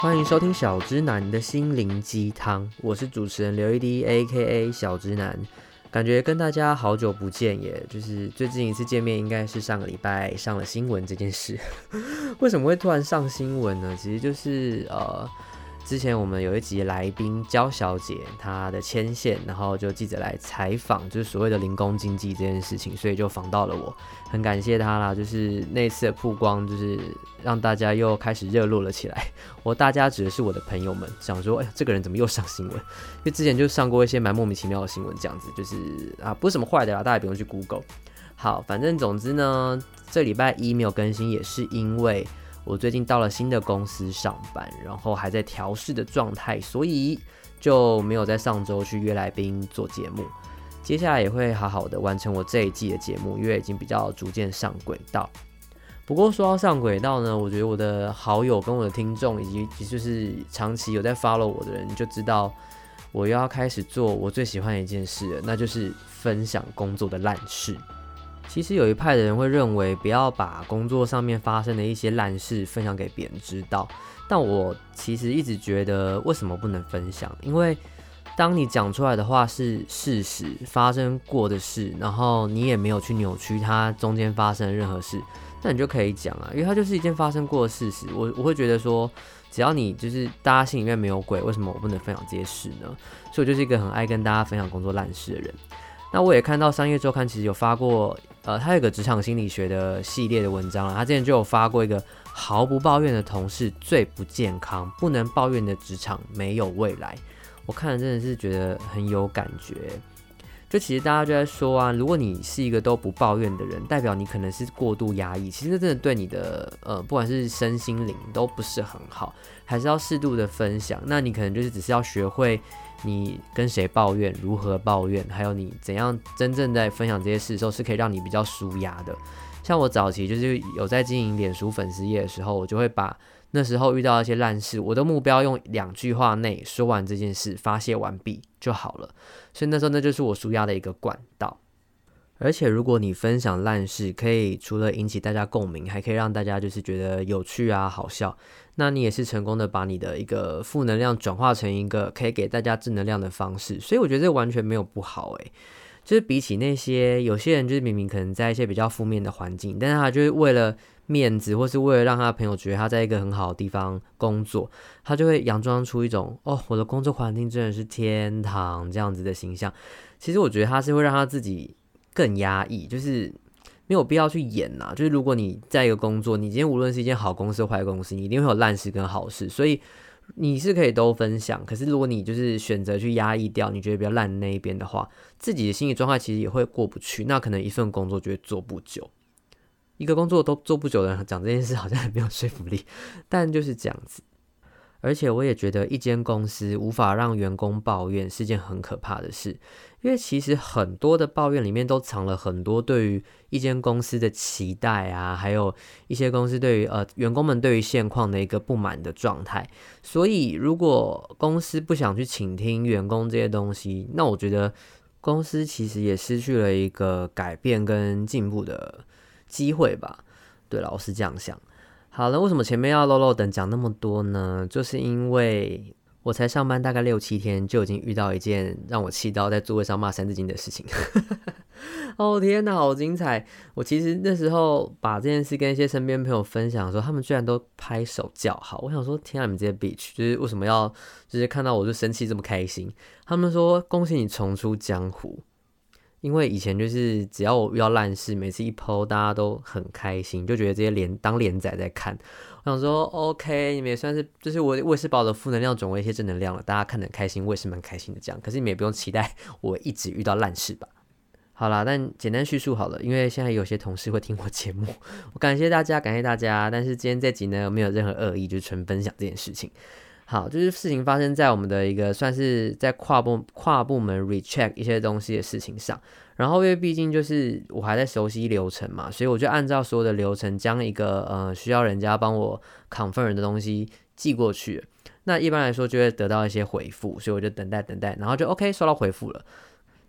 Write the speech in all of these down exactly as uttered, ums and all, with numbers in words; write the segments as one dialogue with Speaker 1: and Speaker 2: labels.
Speaker 1: 欢迎收听小直男的心灵鸡汤，我是主持人刘一滴 A K A 小直男。感觉跟大家好久不见耶，就是最近一次见面应该是上个礼拜上了新闻这件事。为什么会突然上新闻呢？其实就是呃，之前我们有一集来宾焦小姐她的牵线，然后就记者来采访，就是所谓的零工经济这件事情，所以就访到了我，很感谢她啦。就是那次的曝光，就是让大家又开始热络了起来。我大家指的是我的朋友们，想说，哎，这个人怎么又上新闻？因为之前就上过一些蛮莫名其妙的新闻，这样子就是啊，不是什么坏的啦，大家也不用去 Google。好，反正总之呢，这礼拜一没有更新，也是因为我最近到了新的公司上班，然后还在调试的状态，所以就没有在上周去约来宾做节目。接下来也会好好的完成我这一季的节目，因为已经比较逐渐上轨道。不过说到上轨道呢，我觉得我的好友跟我的听众，以及就是长期有在 follow 我的人，就知道我又要开始做我最喜欢的一件事了，那就是分享工作的烂事。其实有一派的人会认为不要把工作上面发生的一些烂事分享给别人知道，但我其实一直觉得为什么不能分享？因为当你讲出来的话是事实，发生过的事，然后你也没有去扭曲它中间发生的任何事，那你就可以讲啊，因为它就是一件发生过的事实。我我会觉得说，只要你就是大家心里面没有鬼，为什么我不能分享这些事呢？所以我就是一个很爱跟大家分享工作烂事的人。那我也看到商业周刊其实有发过，呃，他有个职场心理学的系列的文章啦，他之前就有发过一个毫不抱怨的同事最不健康，不能抱怨的职场没有未来。我看了真的是觉得很有感觉。就其实大家就在说啊，如果你是一个都不抱怨的人，代表你可能是过度压抑，其实真的对你的呃，不管是身心灵都不是很好，还是要适度的分享。那你可能就是只是要学会你跟谁抱怨，如何抱怨，还有你怎样真正在分享这些事的时候是可以让你比较抒压的。像我早期就是有在经营脸书粉丝页的时候，我就会把那时候遇到一些烂事，我的目标用两句话内说完这件事，发泄完毕就好了。所以那时候那就是我抒压的一个管道。而且如果你分享烂事，可以除了引起大家共鸣，还可以让大家就是觉得有趣啊、好笑，那你也是成功的把你的一个负能量转化成一个可以给大家正能量的方式。所以我觉得这完全没有不好诶、欸就是比起那些有些人就是明明可能在一些比较负面的环境，但是他就是为了面子，或是为了让他的朋友觉得他在一个很好的地方工作，他就会佯装出一种哦，我的工作环境真的是天堂这样子的形象。其实我觉得他是会让他自己更压抑，就是没有必要去演啦。就是如果你在一个工作，你今天无论是一间好公司或坏公司，你一定会有烂事跟好事，所以你是可以都分享。可是如果你就是选择去压抑掉你觉得比较烂的那一边的话，自己的心理状态其实也会过不去，那可能一份工作就会做不久。一个工作都做不久的人讲这件事好像很没有说服力，但就是这样子。而且我也觉得一间公司无法让员工抱怨是件很可怕的事，因为其实很多的抱怨里面都藏了很多对于一间公司的期待啊，还有一些公司对于呃员工们对于现况的一个不满的状态。所以如果公司不想去倾听员工这些东西，那我觉得公司其实也失去了一个改变跟进步的机会吧。对了，我是这样想。好了，为什么前面要漏漏等讲那么多呢？就是因为我才上班大概六七天，就已经遇到一件让我气到在座位上骂三字经的事情。哦天哪，好精彩！我其实那时候把这件事跟一些身边朋友分享的时候，他们居然都拍手叫好。我想说，天啊，你们这些 bitch， 就是为什么要就是看到我就生气这么开心？他们说恭喜你重出江湖。因为以前就是只要我遇到烂事，每次一 po 大家都很开心，就觉得这些连当连载在看。我想说 OK， 你们也算是就是我我也是把我的负能量转为一些正能量了，大家看得很开心，我也是蛮开心的这样。可是你们也不用期待我一直遇到烂事吧。好啦，但简单叙述好了，因为现在有些同事会听我节目，我感谢大家，感谢大家。但是今天这集呢，没有任何恶意，就是纯分享这件事情。好，就是事情发生在我们的一个算是在跨部跨部门 recheck 一些东西的事情上，然后因为毕竟就是我还在熟悉流程嘛，所以我就按照所有的流程将一个呃需要人家帮我 confirm 的东西寄过去了。那一般来说就会得到一些回复，所以我就等待等待，然后就 OK 收到回复了。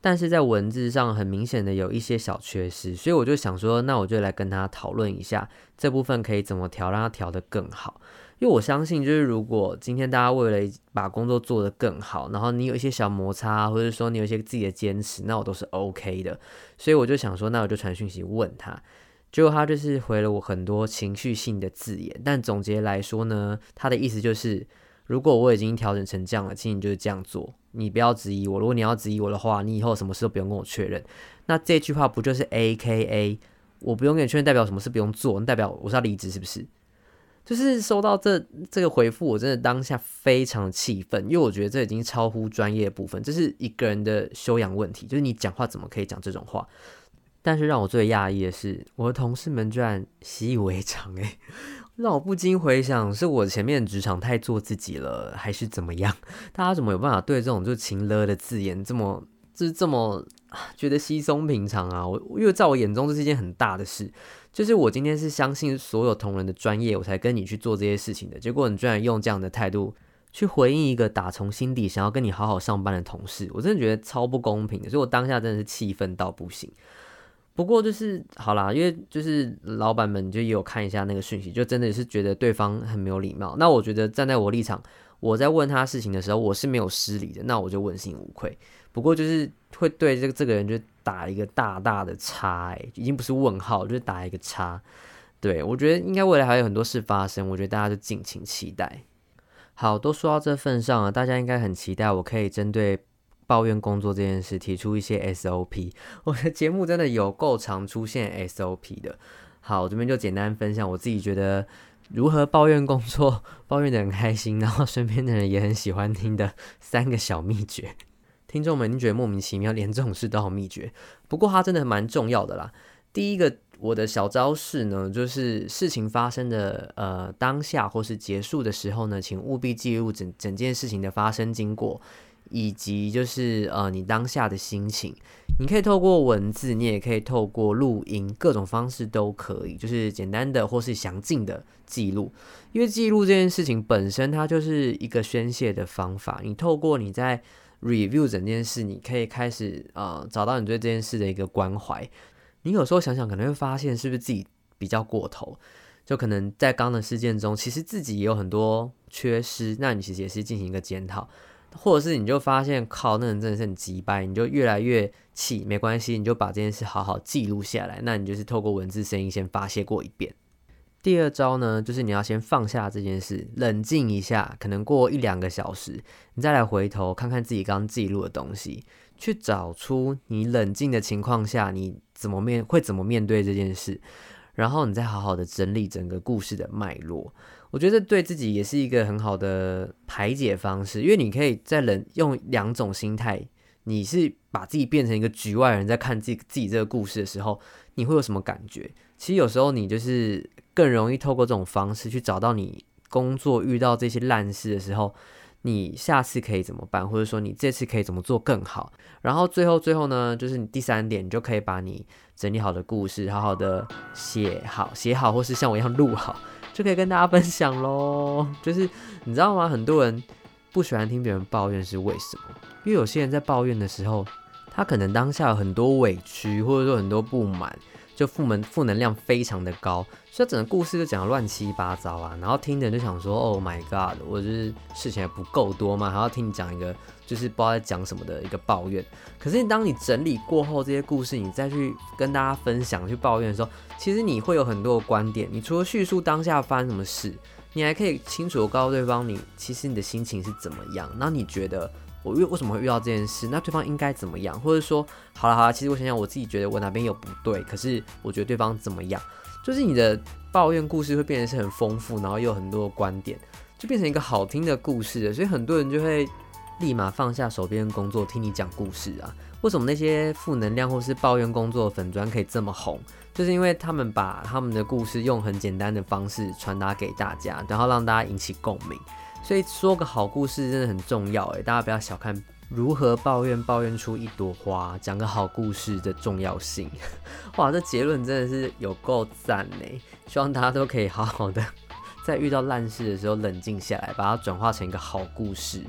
Speaker 1: 但是在文字上很明显的有一些小缺失，所以我就想说，那我就来跟他讨论一下这部分可以怎么调，让他调得更好。因为我相信，就是如果今天大家为了把工作做得更好，然后你有一些小摩擦，或者说你有一些自己的坚持，那我都是 OK 的。所以我就想说，那我就传讯息问他，结果他就是回了我很多情绪性的字眼。但总结来说呢，他的意思就是，如果我已经调整成这样了，请你就是这样做，你不要质疑我。如果你要质疑我的话，你以后什么事都不用跟我确认。那这句话不就是 A K A 我不用跟你确认，代表什么事不用做，代表我是要离职是不是？就是收到这这个回复，我真的当下非常气愤，因为我觉得这已经超乎专业的部分，这是一个人的修养问题，就是你讲话怎么可以讲这种话？但是让我最讶异的是，我的同事们居然习以为常、欸，哎，让我不禁回想，是我前面职场太做自己了，还是怎么样？大家怎么有办法对这种就情勒的字眼这么就是这么觉得稀松平常啊？我因为在我眼中这是一件很大的事。就是我今天是相信所有同仁的专业，我才跟你去做这些事情的。结果你居然用这样的态度去回应一个打从心底想要跟你好好上班的同事，我真的觉得超不公平的。所以我当下真的是气愤到不行。不过就是好啦，因为就是老板们就也有看一下那个讯息，就真的是觉得对方很没有礼貌。那我觉得站在我立场，我在问他事情的时候，我是没有失礼的，那我就问心无愧。不过就是会对这个这个人就打一个大大的叉、欸，已经不是问号，就是打一个叉。对，我觉得应该未来还有很多事发生，我觉得大家就敬请期待。好，都说到这份上了，大家应该很期待我可以针对抱怨工作这件事提出一些 S O P。我的节目真的有够常出现 S O P 的。好，我这边就简单分享我自己觉得如何抱怨工作，抱怨得很开心，然后身边的人也很喜欢听的三个小秘诀。听众们，你觉得莫名其妙，连这种事都有秘诀？不过它真的蛮重要的啦。第一个，我的小招式呢，就是事情发生的呃当下或是结束的时候呢，请务必记录整整件事情的发生经过，以及就是呃你当下的心情。你可以透过文字，你也可以透过录音，各种方式都可以，就是简单的或是详尽的记录。因为记录这件事情本身，它就是一个宣泄的方法。你透过你在review 整件事，你可以开始呃找到你对这件事的一个关怀。你有时候想想，可能会发现是不是自己比较过头，就可能在刚的事件中，其实自己也有很多缺失，那你其实也是进行一个检讨，或者是你就发现靠，那人真的是很鸡掰，你就越来越气，没关系，你就把这件事好好记录下来，那你就是透过文字声音先发泄过一遍。第二招呢，就是你要先放下这件事，冷静一下，可能过一两个小时，你再来回头看看自己刚刚记录的东西，去找出你冷静的情况下，你怎么面会怎么面对这件事，然后你再好好的整理整个故事的脉络。我觉得对自己也是一个很好的排解方式，因为你可以在冷用两种心态，你是把自己变成一个局外人，在看自己自己这个故事的时候，你会有什么感觉？其实有时候你就是更容易透过这种方式去找到你工作遇到这些烂事的时候，你下次可以怎么办，或者说你这次可以怎么做更好。然后最后最后呢，就是你第三点，你就可以把你整理好的故事好好的写好写好，或是像我一样录好，就可以跟大家分享咯。就是你知道吗，很多人不喜欢听别人抱怨是为什么？因为有些人在抱怨的时候，他可能当下有很多委屈，或者说很多不满，就负能负能量非常的高，所以整个故事就讲得乱七八糟啊。然后听的人就想说 ，Oh my god， 我就是事情还不够多嘛，还要听你讲一个就是不知道在讲什么的一个抱怨。可是当你整理过后这些故事，你再去跟大家分享、去抱怨的时候，其实你会有很多的观点。你除了叙述当下发生什么事，你还可以清楚地告诉对方你其实你的心情是怎么样，然后你觉得我为什么会遇到这件事，那对方应该怎么样，或者说好了好了，其实我想想我自己觉得我哪边有不对，可是我觉得对方怎么样，就是你的抱怨故事会变得是很丰富，然后又有很多的观点，就变成一个好听的故事了。所以很多人就会立马放下手边的工作听你讲故事啊。为什么那些负能量或是抱怨工作的粉专可以这么红，就是因为他们把他们的故事用很简单的方式传达给大家，然后让大家引起共鸣。所以说个好故事真的很重要耶，大家不要小看如何抱怨抱怨出一朵花，讲个好故事的重要性。哇，这结论真的是有够赞耶，希望大家都可以好好的在遇到烂事的时候冷静下来，把它转化成一个好故事。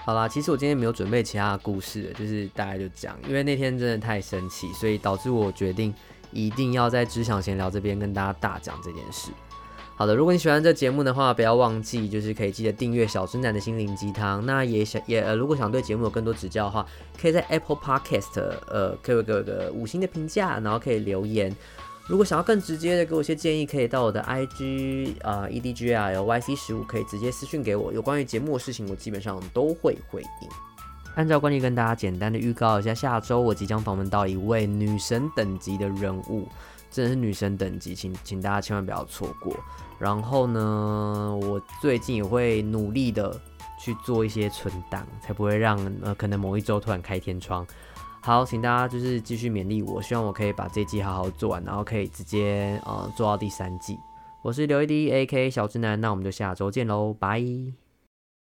Speaker 1: 好啦，其实我今天没有准备其他的故事了，就是大概就讲，因为那天真的太生气，所以导致我决定一定要在只想闲聊这边跟大家大讲这件事。好的，如果你喜欢这节目的话，不要忘记就是可以记得订阅小之男的心灵鸡汤。那也想也、呃、如果想对节目有更多指教的话，可以在 Apple Podcast 呃可以给我个五星的评价，然后可以留言。如果想要更直接的给我一些建议，可以到我的 I G 呃 E D G R Y C 十五，可以直接私讯给我。有关于节目的事情，我基本上都会回应。按照惯例跟大家简单的预告一下，下周我即将访问到一位女神等级的人物，真的是女神等级，请请大家千万不要错过。然后呢，我最近也会努力的去做一些存档，才不会让呃可能某一周突然开天窗。好，请大家就是继续勉励我，希望我可以把这一季好好做完，然后可以直接呃做到第三季。我是刘一滴 A K A 小直男，那我们就下周见喽，拜。